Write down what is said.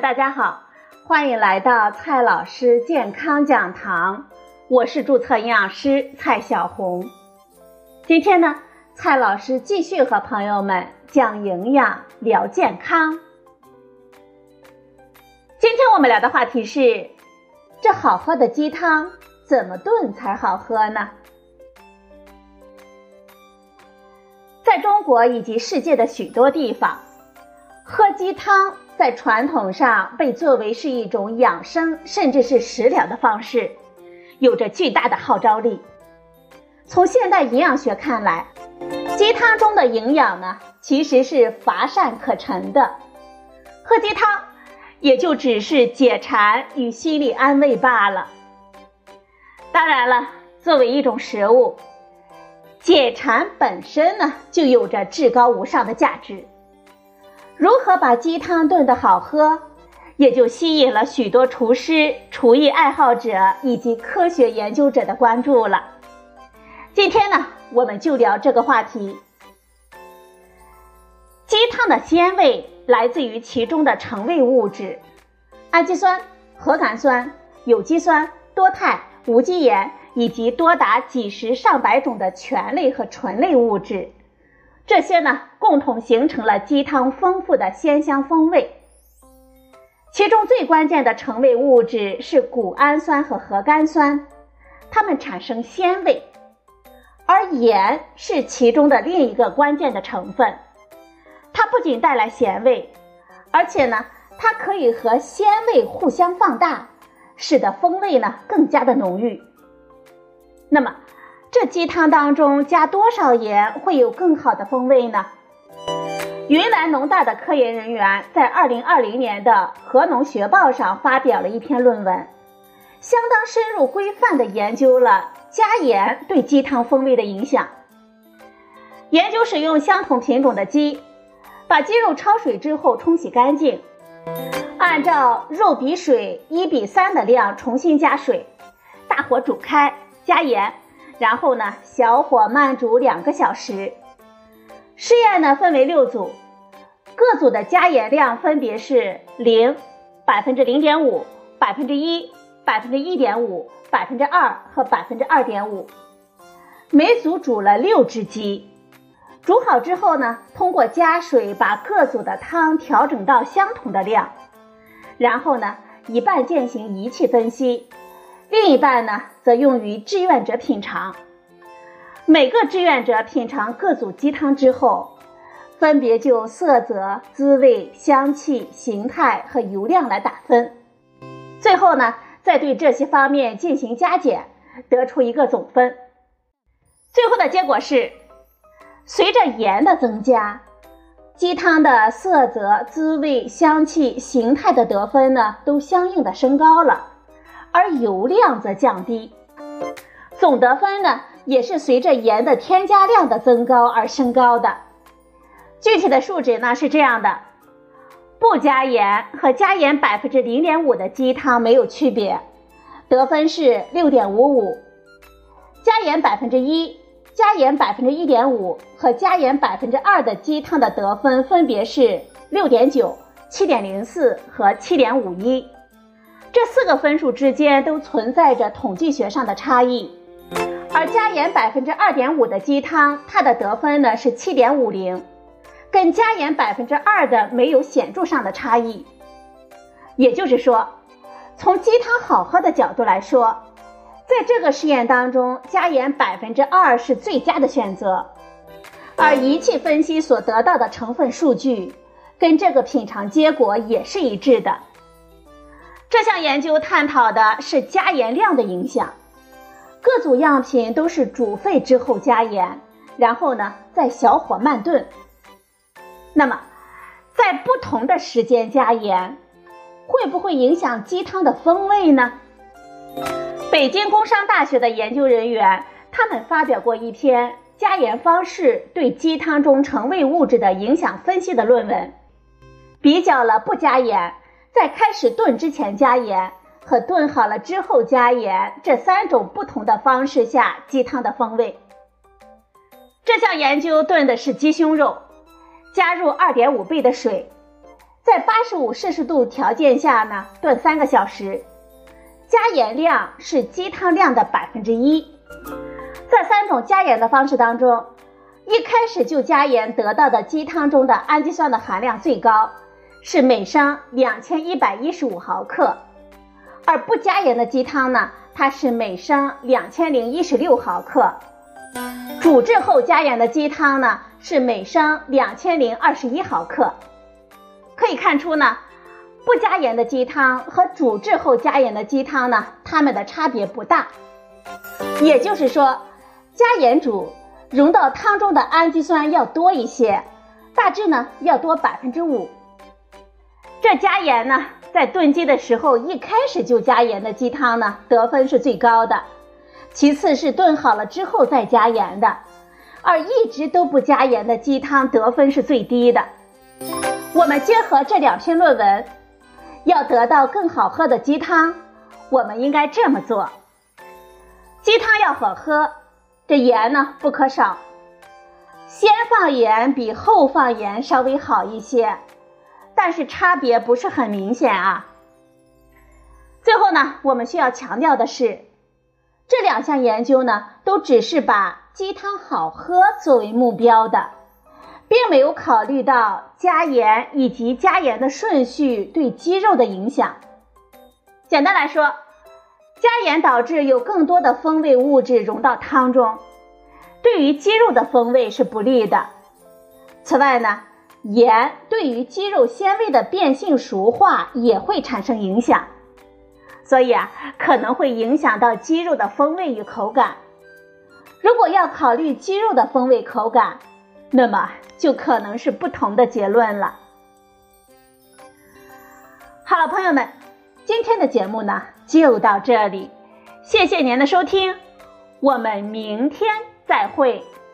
大家好，欢迎来到蔡老师健康讲堂，我是注册营养师蔡小红。今天呢，蔡老师继续和朋友们讲营养聊健康。今天我们聊的话题是，这好喝的鸡汤怎么炖才好喝呢？在中国以及世界的许多地方，喝鸡汤在传统上被作为是一种养生甚至是食疗的方式，有着巨大的号召力。从现代营养学看来，鸡汤中的营养呢，其实是乏善可陈的。喝鸡汤也就只是解馋与心理安慰罢了。当然了，作为一种食物，解馋本身呢，就有着至高无上的价值。如何把鸡汤炖得好喝，也就吸引了许多厨师、厨艺爱好者以及科学研究者的关注了。今天呢，我们就聊这个话题。鸡汤的鲜味来自于其中的成味物质，氨基酸、核苷酸、有机酸、多肽、无机盐以及多达几十上百种的醛类和醇类物质。这些呢，共同形成了鸡汤丰富的鲜香风味。其中最关键的成味物质是谷氨酸和核苷酸，它们产生鲜味。而盐是其中的另一个关键的成分，它不仅带来咸味，而且呢，它可以和鲜味互相放大，使得风味呢更加的浓郁。那么这鸡汤当中加多少盐会有更好的风味呢？云南农大的科研人员在2020年的《河农学报》上发表了一篇论文，相当深入规范地研究了加盐对鸡汤风味的影响。研究使用相同品种的鸡，把鸡肉焯水之后冲洗干净，按照肉比水1:3的量重新加水，大火煮开，加盐，然后呢，小火慢煮2个小时。试验呢分为6组，各组的加盐量分别是0、0.5%、1%、1.5%、2%和2.5%。每组煮了6只鸡，煮好之后呢，通过加水把各组的汤调整到相同的量，然后呢，一半进行仪器分析，另一半呢则用于志愿者品尝。每个志愿者品尝各组鸡汤之后，分别就色泽、滋味、香气、形态和油量来打分，最后呢再对这些方面进行加减，得出一个总分。最后的结果是，随着盐的增加，鸡汤的色泽、滋味、香气、形态的得分呢都相应的升高了，而油量则降低。总得分呢也是随着盐的添加量的增高而升高的。具体的数值呢是这样的，不加盐和加盐 0.5% 的鸡汤没有区别，得分是 6.55%， 加盐 1%、加盐 1.5% 和加盐 2% 的鸡汤的得分分别是 6.9、7.04 和 7.51。 这4个分数之间都存在着统计学上的差异，而加盐 2.5% 的鸡汤，它的得分呢是 7.50， 跟加盐 2% 的没有显著上的差异。也就是说，从鸡汤好喝的角度来说，在这个实验当中，加盐 2% 是最佳的选择。而仪器分析所得到的成分数据，跟这个品尝结果也是一致的。这项研究探讨的是加盐量的影响。各组样品都是煮沸之后加盐，然后呢再小火慢炖。那么在不同的时间加盐，会不会影响鸡汤的风味呢？北京工商大学的研究人员，他们发表过一篇加盐方式对鸡汤中成味物质的影响分析的论文，比较了不加盐、在开始炖之前加盐和炖好了之后加盐这3种不同的方式下鸡汤的风味。这项研究炖的是鸡胸肉，加入2.5倍的水， 在85摄氏度条件下呢炖3个小时，加盐量是鸡汤量的1%。在3种加盐的方式当中，一开始就加盐得到的鸡汤中的氨基酸的含量最高，是每升2115毫克，而不加盐的鸡汤呢，它是每升2016毫克。煮制后加盐的鸡汤呢，是每升2021毫克。可以看出呢，不加盐的鸡汤和煮制后加盐的鸡汤呢，它们的差别不大。也就是说，加盐煮溶到汤中的氨基酸要多一些，大致呢要多5%。这加盐呢，在炖鸡的时候一开始就加盐的鸡汤呢，得分是最高的，其次是炖好了之后再加盐的，而一直都不加盐的鸡汤得分是最低的。我们结合这2篇论文，要得到更好喝的鸡汤，我们应该这么做：鸡汤要好喝，这盐呢不可少，先放盐比后放盐稍微好一些，但是差别不是很明显啊。最后呢，我们需要强调的是，这2项研究呢，都只是把鸡汤好喝作为目标的，并没有考虑到加盐以及加盐的顺序对鸡肉的影响。简单来说，加盐导致有更多的风味物质溶到汤中，对于鸡肉的风味是不利的。此外呢，盐对于鸡肉纤维的变性熟化也会产生影响，所以可能会影响到鸡肉的风味与口感。如果要考虑鸡肉的风味口感，那么就可能是不同的结论了。好了，朋友们，今天的节目呢就到这里，谢谢您的收听，我们明天再会。